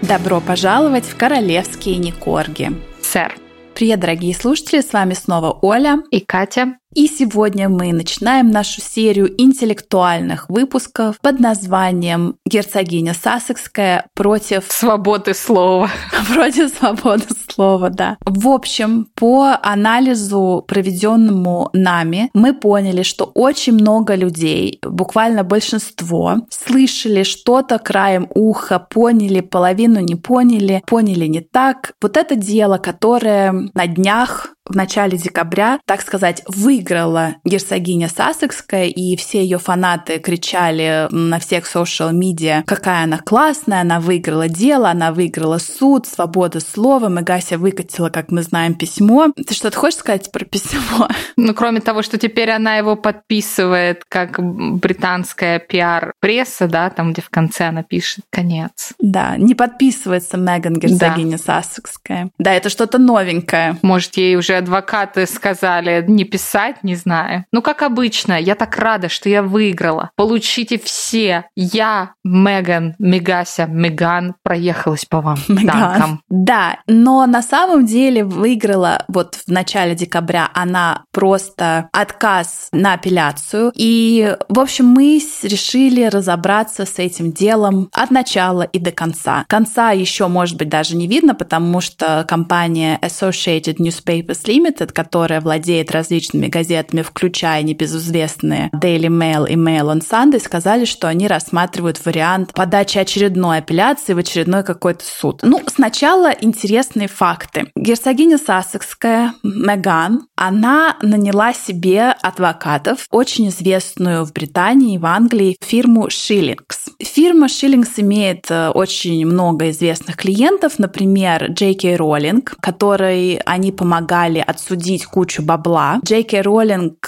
Добро пожаловать в королевские Никорги. Сэр. Привет, дорогие слушатели, с вами снова Оля и Катя. И сегодня мы начинаем нашу серию интеллектуальных выпусков под названием «Герцогиня Сассекская против свободы слова». Против свободы слова, да. В общем, по анализу, проведенному нами, мы поняли, что очень много людей, буквально большинство, слышали что-то краем уха, поняли, половину не поняли, поняли не так. Вот это дело, которое на днях, в начале декабря, так сказать, выиграла герцогиня Сассекская, и все ее фанаты кричали на всех социал-медиа, какая она классная, она выиграла дело, она выиграла суд, свобода слова. Мегася выкатила, как мы знаем, письмо. Ты что-то хочешь сказать про письмо? Ну, кроме того, что теперь она его подписывает, как британская пиар-пресса, да, там, где в конце она пишет «конец». Да, не подписывается Меган, герцогиня Сассекская. Да, это что-то новенькое. Может, ей уже адвокаты сказали не писать, не знаю. Ну, как обычно, я так рада, что я выиграла. Получите все. Я, Меган, Мегася, Меган проехалась по вам танкам. Да, но на самом деле выиграла вот в начале декабря она просто отказ на апелляцию. И, в общем, мы решили разобраться с этим делом от начала и до конца. Конца еще, может быть, даже не видно, потому что компания Associated Newspapers Limited, которая владеет различными газетами, включая небезызвестные Daily Mail и Mail on Sunday, сказали, что они рассматривают вариант подачи очередной апелляции в очередной какой-то суд. Ну, сначала интересные факты. Герцогиня Сассекская, Меган, она наняла себе адвокатов, очень известную в Британии и в Англии фирму Shillings. Фирма Shillings имеет очень много известных клиентов, например, J.K. Rowling, которой они помогали отсудить кучу бабла. J.K. Роллинг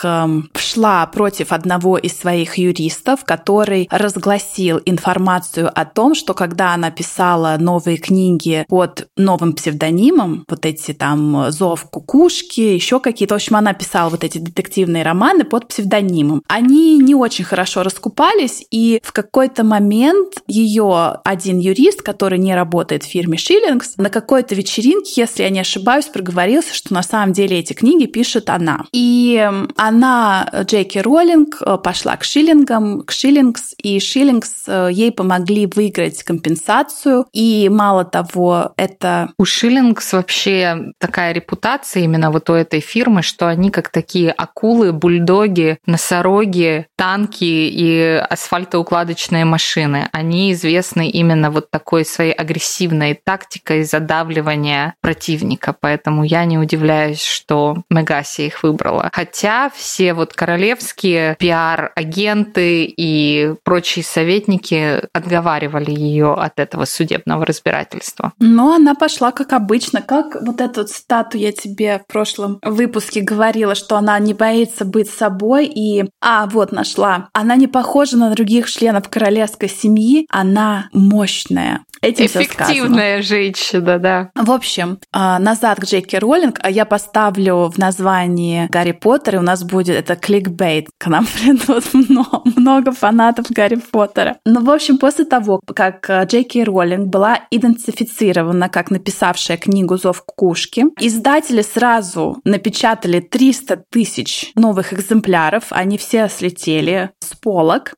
шла против одного из своих юристов, который разгласил информацию о том, что когда она писала новые книги под новым псевдонимом, вот эти там «Зов кукушки», еще какие-то, в общем, она писала вот эти детективные романы под псевдонимом. Они не очень хорошо раскупались, и в какой-то момент ее один юрист, который не работает в фирме Shillings, на какой-то вечеринке, если я не ошибаюсь, проговорился, что на самом деле эти книги пишет она. И она, J.K. Роллинг, пошла к Shillings, и Shillings ей помогли выиграть компенсацию. И мало того, это... У Shillings вообще такая репутация именно вот у этой фирмы, что они как такие акулы, бульдоги, носороги, танки и асфальтоукладочные машины. Они известны именно вот такой своей агрессивной тактикой задавливания противника. Поэтому я не удивляюсь, что Мегася их выбрала. Хотя все вот королевские пиар-агенты и прочие советники отговаривали ее от этого судебного разбирательства. Но она пошла как обычно. Как вот эту цитату я тебе в прошлом выпуске говорила, что она не боится быть собой. И, вот нашла. Она не похожа на других членов королевской семьи. Она мощная. Этим эффективная женщина, да. В общем, назад к Джейки Роллинг. Я поставлю в названии Гарри Поттера, и у нас будет это кликбейт. К нам придут много фанатов Гарри Поттера. Ну, в общем, после того, как Джейки Роллинг была идентифицирована как написавшая книгу «Зов кукушки», издатели сразу напечатали 300 тысяч новых экземпляров. Они все слетели с полок.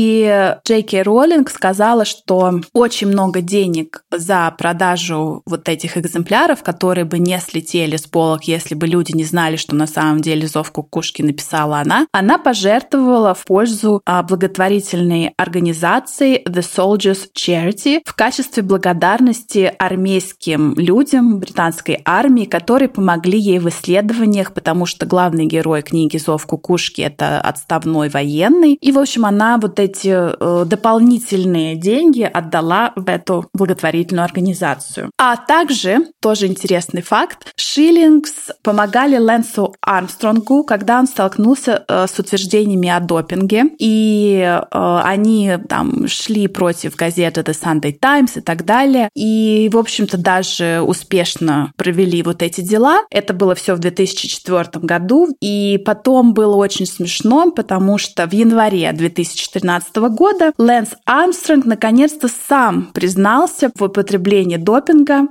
И Джейки Роллинг сказала, что очень много денег за продажу вот этих экземпляров, которые бы не слетели с полок, если бы люди не знали, что на самом деле «Зов кукушки» написала она пожертвовала в пользу благотворительной организации The Soldiers Charity в качестве благодарности армейским людям британской армии, которые помогли ей в исследованиях, потому что главный герой книги «Зов кукушки» — это отставной военный. И, в общем, она вот эти дополнительные деньги отдала в эту благотворительную организацию. А также, тоже интересный факт, Shillings помогали Лэнсу Армстронгу, когда он столкнулся с утверждениями о допинге. И и они там шли против газеты The Sunday Times и так далее. И, в общем-то, даже успешно провели вот эти дела. Это было все в 2004 году. И потом было очень смешно, потому что в январе 2013 года Лэнс Армстронг наконец-то сам признался в употреблении допинга.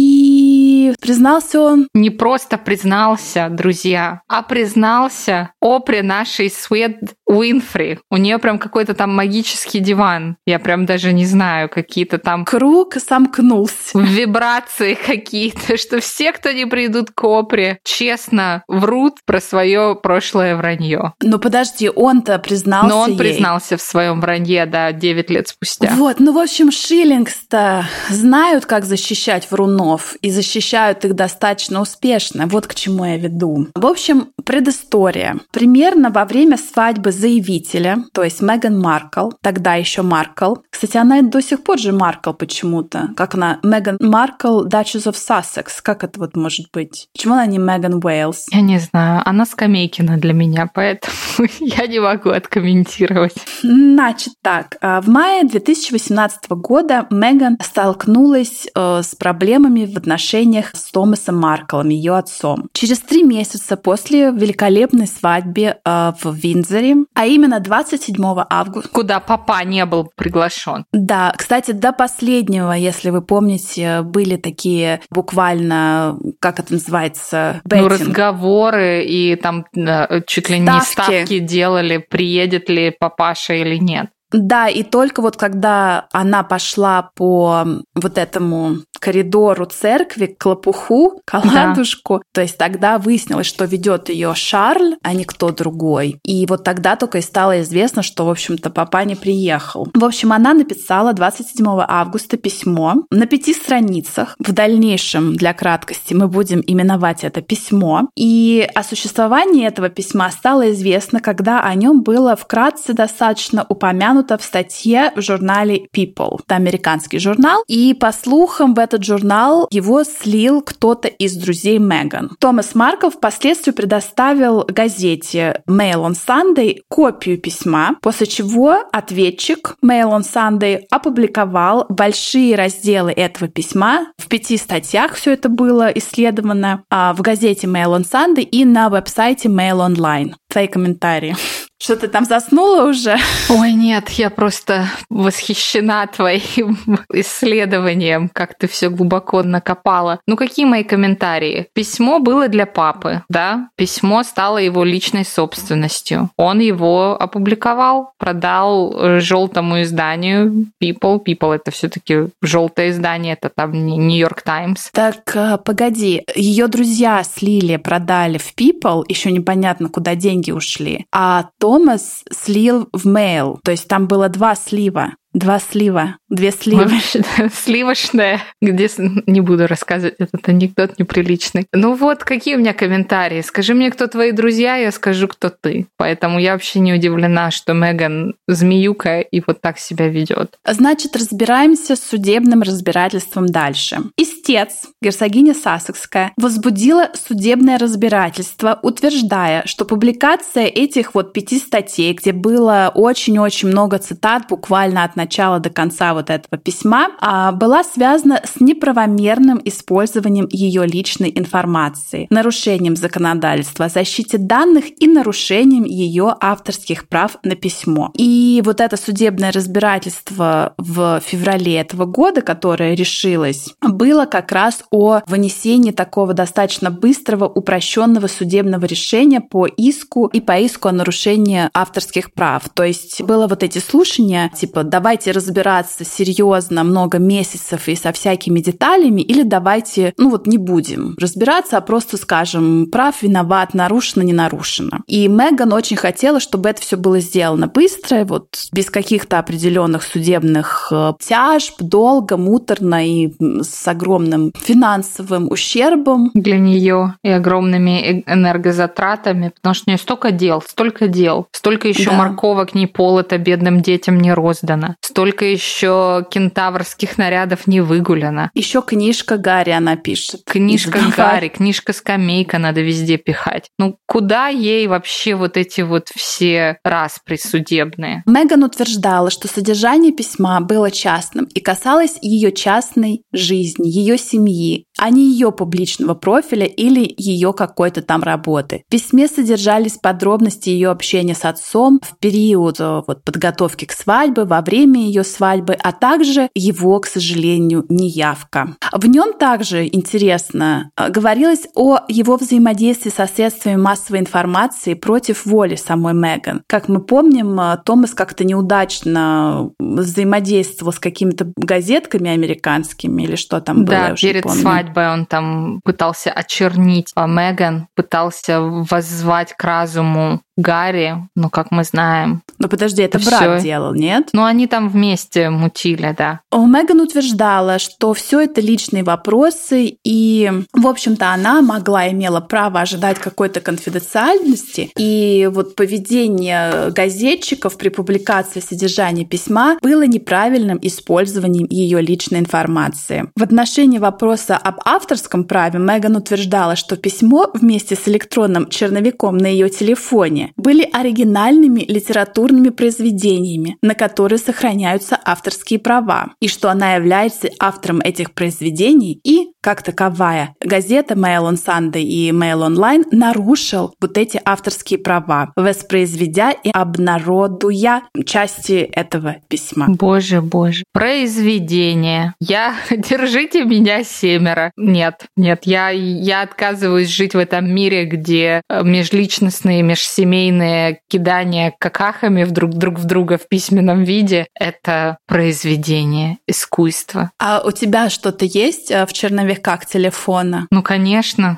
И признался он... Не просто признался, друзья, а признался Опре нашей Свет Уинфри. У нее прям какой-то там магический диван. Я прям даже не знаю, какие-то там... Круг сомкнулся. Вибрации какие-то, что все, кто не придут к Опре, честно врут про свое прошлое вранье. Ну подожди, он-то признался. Но он ей. Признался в своем вранье, да, 9 лет спустя. Вот, ну в общем, Шиллингс-то знают, как защищать врунов, и защищают их достаточно успешно. Вот к чему я веду. В общем, предыстория. Примерно во время свадьбы заявителя, то есть Меган Маркл, тогда еще Маркл. Кстати, она до сих пор же Маркл почему-то. Как она? Меган Маркл, Duchess of Sussex. Как это вот может быть? Почему она не Меган Уэйлс? Я не знаю. Она Скамейкина для меня, поэтому я не могу откомментировать. Значит так. В мае 2018 года Меган столкнулась с проблемами в отношениях с Томасом Марклом, ее отцом. Через 3 месяца после великолепной свадьбы в Виндзоре, а именно 27 августа. Куда папа не был приглашен. Да, кстати, до последнего, если вы помните, были такие буквально, как это называется, беттинг. Ну, разговоры и там чуть ли не ставки делали, приедет ли папаша или нет. Да, и только вот когда она пошла по вот этому коридору церкви к лопуху, к оладушку, да. То есть тогда выяснилось, что ведет ее Шарль, а не кто другой. И вот тогда только и стало известно, что, в общем-то, папа не приехал. В общем, она написала 27 августа письмо на 5 страницах. В дальнейшем, для краткости, мы будем именовать это письмо. И о существовании этого письма стало известно, когда о нем было вкратце достаточно упомянуто в статье в журнале People. Это американский журнал. И, по слухам, в этот журнал его слил кто-то из друзей Меган. Томас Маркл впоследствии предоставил газете Mail on Sunday копию письма, после чего ответчик Mail on Sunday опубликовал большие разделы этого письма. В 5 статьях все это было исследовано в газете Mail on Sunday и на веб-сайте Mail Online. Твои комментарии. Что, ты там заснула уже? Ой, нет, я просто восхищена твоим исследованием, как ты все глубоко накопала. Ну, какие мои комментарии? Письмо было для папы, да? Письмо стало его личной собственностью. Он его опубликовал, продал желтому изданию People. People — это все-таки желтое издание, это там не New York Times. Так, погоди, ее друзья слили, продали в People, еще непонятно, куда деньги ушли, а Томас слил в Mail, то есть там было 2 слива. 2 слива, 2 сливы. Сливочная, где... Не буду рассказывать этот анекдот неприличный. Ну вот, какие у меня комментарии? Скажи мне, кто твои друзья, я скажу, кто ты. Поэтому я вообще не удивлена, что Меган змеюка и вот так себя ведет. Значит, разбираемся с судебным разбирательством дальше. Истец, герцогиня Сассекская, возбудила судебное разбирательство, утверждая, что публикация этих вот 5 статей, где было очень-очень много цитат буквально от начала до конца вот этого письма, была связана с неправомерным использованием ее личной информации, нарушением законодательства о защите данных и нарушением ее авторских прав на письмо. И вот это судебное разбирательство в феврале этого года, которое решилось, было как раз о вынесении такого достаточно быстрого, упрощенного судебного решения по иску и по иску о нарушении авторских прав. То есть было вот эти слушания, типа, давайте разбираться серьезно много месяцев и со всякими деталями, или давайте, не будем разбираться, а просто скажем, прав, виноват, нарушено, не нарушено. И Меган очень хотела, чтобы это все было сделано быстро, вот без каких-то определенных судебных тяжб, долго, муторно и с огромным финансовым ущербом. Для нее и огромными энергозатратами, потому что у нее столько дел, столько еще морковок не полото бедным детям не роздано. Столько еще кентаврских нарядов не выгуляно. Еще книжка Гарри она пишет. Книжка Гарри, книжка Скамейка надо везде пихать. Куда ей вообще вот эти вот все распри судебные? Меган утверждала, что содержание письма было частным и касалось ее частной жизни, ее семьи, а не ее публичного профиля или ее какой-то там работы. В письме содержались подробности ее общения с отцом в период подготовки к свадьбе, во время ее свадьбы, а также его, к сожалению, неявка. В нем также, интересно, говорилось о его взаимодействии со средствами массовой информации против воли самой Меган. Как мы помним, Томас как-то неудачно взаимодействовал с какими-то газетками американскими или что там было, да, перед свадьбой он там пытался очернить Меган, пытался воззвать к разуму Гарри, как мы знаем. Но подожди, это брат делал, нет? Они там вместе мутили, да. Меган утверждала, что все это личные вопросы, и, в общем-то, она имела право ожидать какой-то конфиденциальности, и поведение газетчиков при публикации содержания письма было неправильным использованием ее личной информации. В отношении вопроса об авторском праве Меган утверждала, что письмо вместе с электронным черновиком на ее телефоне были оригинальными литературными произведениями, на которые сохраняются авторские права, и что она является автором этих произведений, и, как таковая, газета Mail on Sunday и Mail Online нарушил эти авторские права, воспроизведя и обнародуя части этого письма. Боже. Произведение. Держите меня 7. Нет, я отказываюсь жить в этом мире, где межличностные, межсемейные кидания какахами друг в друга в письменном виде — это произведение искусства. А у тебя что-то есть в черновиках телефона? Конечно.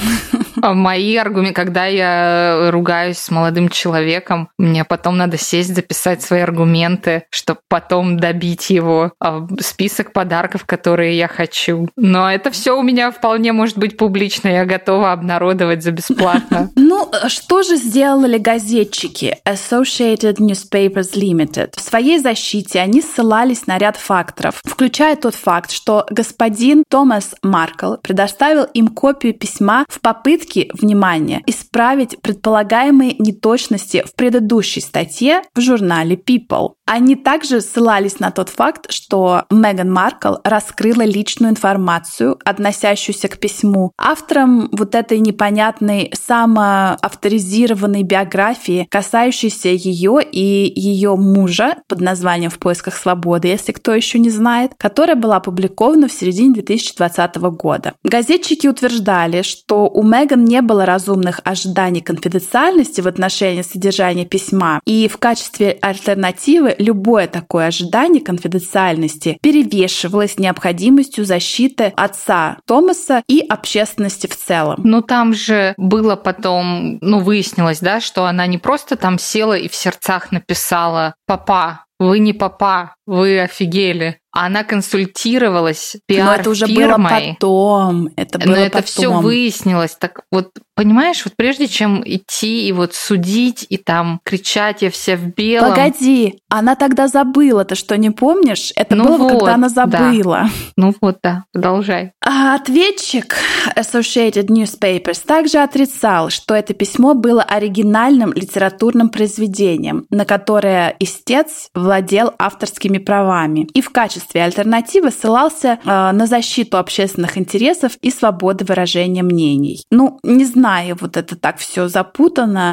Мои аргументы, когда я ругаюсь с молодым человеком, мне потом надо сесть, записать свои аргументы, чтобы потом добить его, список подарков, которые я хочу. Но это все у меня вполне может быть публично, я готова обнародовать за бесплатно. Что же сделали газетчики Associated Newspapers Limited? В своей защите они ссылались на ряд факторов, включая тот факт, что господин Томас Маркл предоставил им копию письма в попытке, внимание, исправить предполагаемые неточности в предыдущей статье в журнале People. Они также ссылались на тот факт, что Меган Маркл раскрыла личную информацию, относящуюся к письму. Автором этой непонятной самоавторизированной биографии, касающейся ее и ее мужа под названием «В поисках свободы», если кто еще не знает, которая была опубликована в середине 2020 года. Газетчики утверждали, что у Меган не было разумных ожиданий конфиденциальности в отношении содержания письма, и в качестве альтернативы любое такое ожидание конфиденциальности перевешивалось необходимостью защиты отца Томаса и общественности в целом. Там же было потом, выяснилось, да, что она не просто там села и в сердцах написала: «Папа, вы не папа, вы офигели». Она консультировалась пиар-фирмой. Но это уже было потом. Но это все выяснилось. Так понимаешь, прежде чем идти и судить, и там кричать «я вся в белом». Погоди, она тогда забыла. Ты что, не помнишь? Это было, когда она забыла. Да. Продолжай. А ответчик Associated Newspapers также отрицал, что это письмо было оригинальным литературным произведением, на которое истец владел авторскими правами. И в качестве альтернативы ссылался на защиту общественных интересов и свободы выражения мнений. Не знаю, это так все запутано.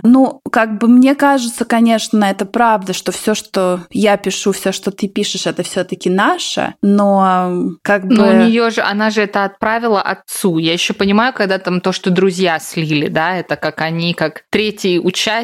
Мне кажется, конечно, это правда, что все, что я пишу, все, что ты пишешь, это все-таки наше, но Но у нее же, она же это отправила отцу. Я еще понимаю, когда там то, что друзья слили, да, это как они, как третий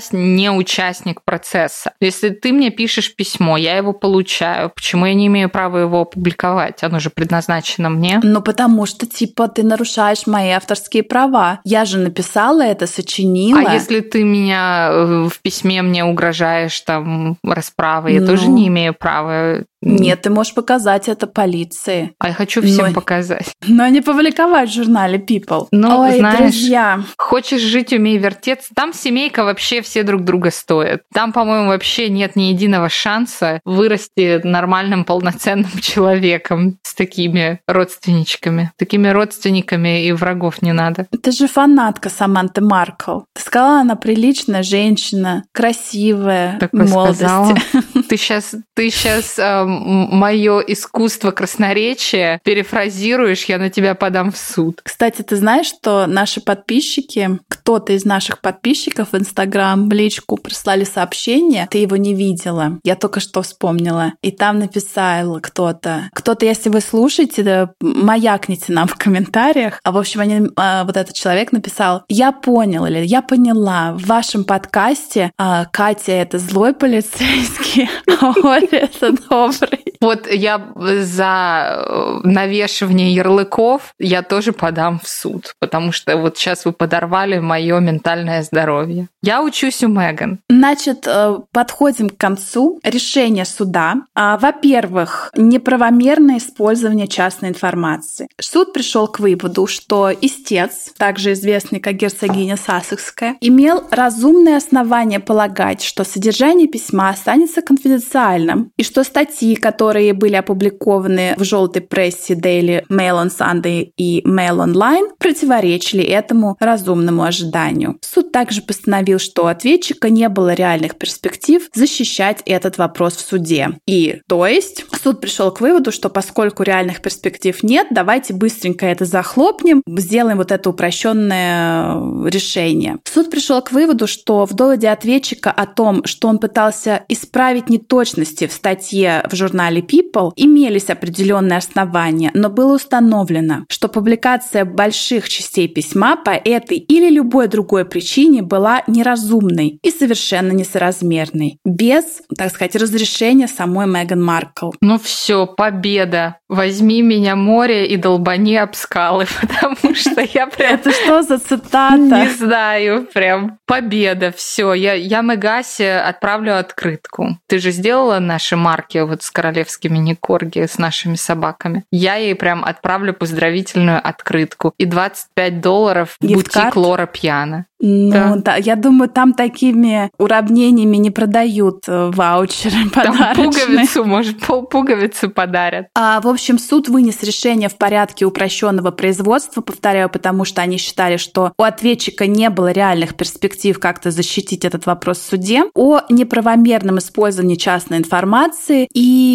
не участник процесса. Если ты мне пишешь письмо, я его получаю, почему я не имею права его опубликовать? Оно же предназначено мне. Потому что, ты нарушаешь мои авторские права. Я же написала это, сочинила. А если ты меня в письме мне угрожаешь там расправой, я тоже не имею права. Нет, ты можешь показать это полиции. А я хочу всем показать. Но не публиковать в журнале People. Ой, знаешь, друзья. Хочешь жить, умей вертеться. Там семейка вообще все друг друга стоят. Там, по-моему, вообще нет ни единого шанса вырасти нормальным, полноценным человеком с такими родственничками. Такими родственниками и врагов не надо. Ты же фанатка Саманты Маркл. Ты сказала, она приличная женщина, красивая, в молодости. Ты сейчас мое искусство красноречия перефразируешь, я на тебя подам в суд. Кстати, ты знаешь, что наши подписчики, кто-то из наших подписчиков в Инстаграм в личку прислали сообщение, ты его не видела, я только что вспомнила, и там написал кто-то, если вы слушаете, да, маякните нам в комментариях, в общем, вот этот человек написал: я понял или я поняла, в вашем подкасте Катя — это злой полицейский, а Оля — это добрый. Вот я за навешивание ярлыков я тоже подам в суд, потому что вот сейчас вы подорвали мое ментальное здоровье. Я учусь у Меган. Значит, подходим к концу. Решение суда. Во-первых, неправомерное использование частной информации. Суд пришел к выводу, что истец, также известный как герцогиня Сассекская, имел разумное основание полагать, что содержание письма останется конфиденциальным, и что статьи, которые были опубликованы в желтой прессе Daily Mail on Sunday и Mail Online, противоречили этому разумному ожиданию. Суд также постановил, что у ответчика не было реальных перспектив защищать этот вопрос в суде. И, то есть, суд пришел к выводу, что поскольку реальных перспектив нет, давайте быстренько это захлопнем, сделаем вот это упрощенное решение. Суд пришел к выводу, что в доводе ответчика о том, что он пытался исправить неточности в статье в журнале People, имелись определенные основания, но было установлено, что публикация больших частей письма по этой или любой другой причине была неразумной и совершенно несоразмерной, без, так сказать, разрешения самой Меган Маркл. Ну все, победа. Возьми меня, море, и долбани об скалы, потому что я прям... Это что за цитата? Не знаю, прям победа. Все, я Мегасе отправлю открытку. Ты же сделала наши марки вот с королевскими Никорги, с нашими собаками. Я ей прям отправлю поздравительную открытку. И $25 бутик Лора Пьяна. Ну да, я думаю, там такими уравнениями не продают ваучеры подарочные. Там пуговицу, может, полпуговицы подарят. В общем, суд вынес решение в порядке упрощенного производства, повторяю, потому что они считали, что у ответчика не было реальных перспектив как-то защитить этот вопрос в суде, о неправомерном использовании частной информации,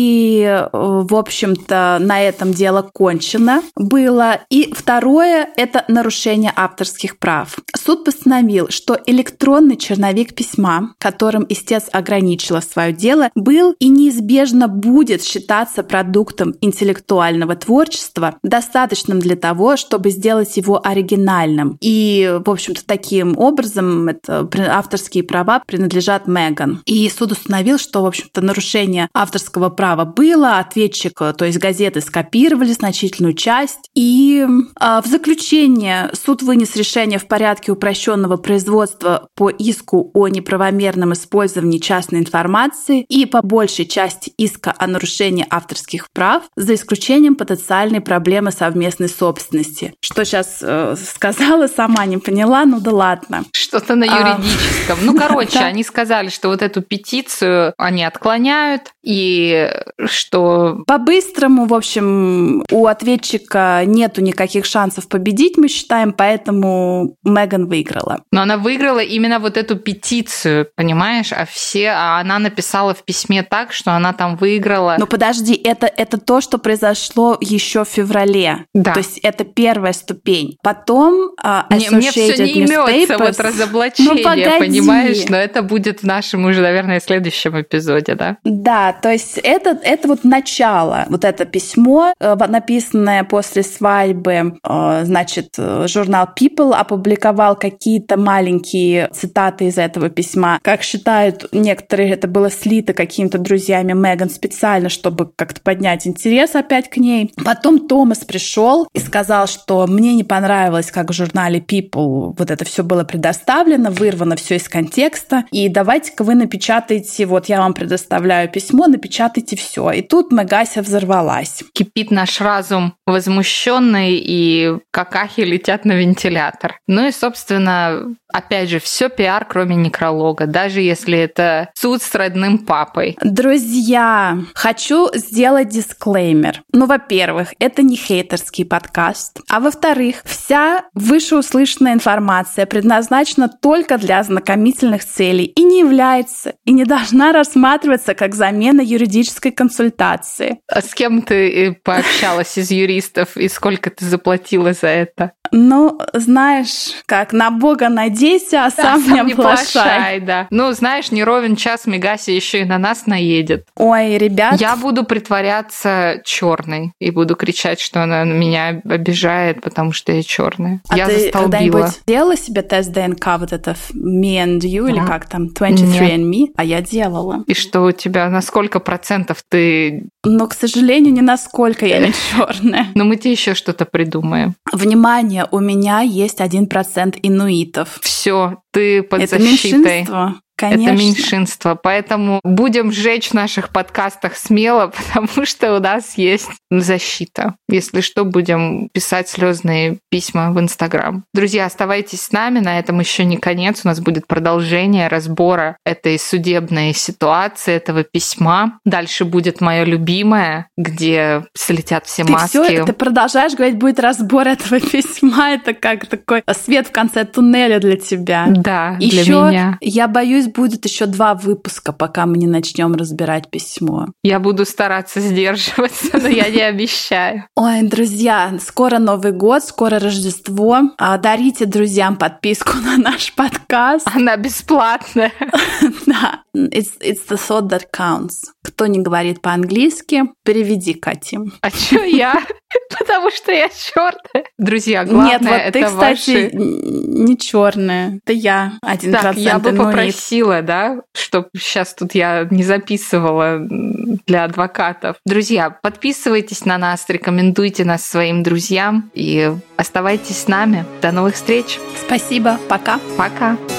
и, в общем-то, на этом дело кончено было. И второе — это нарушение авторских прав. Суд постановил, что электронный черновик письма, которым истец ограничила свое дело, был и неизбежно будет считаться продуктом интеллектуального творчества, достаточным для того, чтобы сделать его оригинальным. И, в общем-то, таким образом авторские права принадлежат Меган. И суд установил, что, в общем-то, нарушение авторского права было, ответчик, то есть газеты, скопировали значительную часть. И в заключение суд вынес решение в порядке упрощенного производства по иску о неправомерном использовании частной информации и по большей части иска о нарушении авторских прав, за исключением потенциальной проблемы совместной собственности. Что сейчас сказала, сама не поняла, ну да ладно. Что-то на юридическом. Ну, короче, они сказали, что вот эту петицию они отклоняют, и что... По-быстрому, в общем, у ответчика нету никаких шансов победить, мы считаем, поэтому Меган выиграла. Но она выиграла именно вот эту петицию, понимаешь? А она написала в письме так, что она там выиграла. Но подожди, это то, что произошло еще в феврале. Да. То есть это первая ступень. Потом мне все не имется вот разоблачение, понимаешь? Но это будет в нашем уже, наверное, следующем эпизоде, да? Да, то есть это вот начало. Вот это письмо, написанное после свадьбы, значит, журнал People опубликовал какие-то маленькие цитаты из этого письма. Как считают некоторые, это было слито какими-то друзьями Меган специально, чтобы как-то поднять интерес опять к ней. Потом Томас пришел и сказал, что мне не понравилось, как в журнале People вот это все было предоставлено, вырвано все из контекста, и давайте-ка вы напечатаете, вот я вам предоставляю письмо, напечатайте все. И тут Мегася взорвалась. Кипит наш разум возмущенный, и какахи летят на вентилятор. Ну и, собственно, опять же, все пиар, кроме некролога, даже если это суд с родным папой. Друзья, хочу сделать дисклеймер. Ну, во-первых, это не хейтерский подкаст. А во-вторых, вся вышеуслышанная информация предназначена только для ознакомительных целей и не является, и не должна рассматриваться как замена юридической консультации. А с кем ты пообщалась из юристов и сколько ты заплатила за это? Ну, знаешь, как на Бога надейся, а сам не оплошай. Да. Ну, знаешь, не ровен час Мегася еще и на нас наедет. Ой, ребят. Я буду притворяться черной и буду кричать, что она меня обижает, потому что я черная. А я ты застолбила. Когда-нибудь делала себе тест ДНК, вот это Me and You, или как там, 23andMe? А я делала. И что у тебя, на сколько процентов ты... Но, к сожалению, не насколько я не черная. Но мы тебе еще что-то придумаем. Внимание, у меня есть 1% инуитов. Все, ты под Это защитой. Меньшинство. Конечно. Это меньшинство, поэтому будем сжечь в наших подкастах смело, потому что у нас есть защита. Если что, будем писать слезные письма в Инстаграм. Друзья, оставайтесь с нами, на этом еще не конец. У нас будет продолжение разбора этой судебной ситуации, этого письма. Дальше будет мое любимое, где слетят все маски. Ты продолжаешь говорить, будет разбор этого письма. Это как такой свет в конце туннеля для тебя. Да, еще для меня. Я боюсь, будет еще 2 выпуска, пока мы не начнем разбирать письмо. Я буду стараться сдерживаться, но я не обещаю. Ой, друзья, скоро Новый год, скоро Рождество. Дарите друзьям подписку на наш подкаст. Она бесплатная. Да. It's the thought that counts. Кто не говорит по-английски, переведи, Кати. А чё я? Потому что я чёрная. Друзья, главное, нет, вот это ты, кстати, ваши... не черная. Это я 1%. Так, я бы попросила, да, чтобы сейчас тут я не записывала для адвокатов. Друзья, подписывайтесь на нас, рекомендуйте нас своим друзьям и оставайтесь с нами. До новых встреч. Спасибо. Пока. Пока.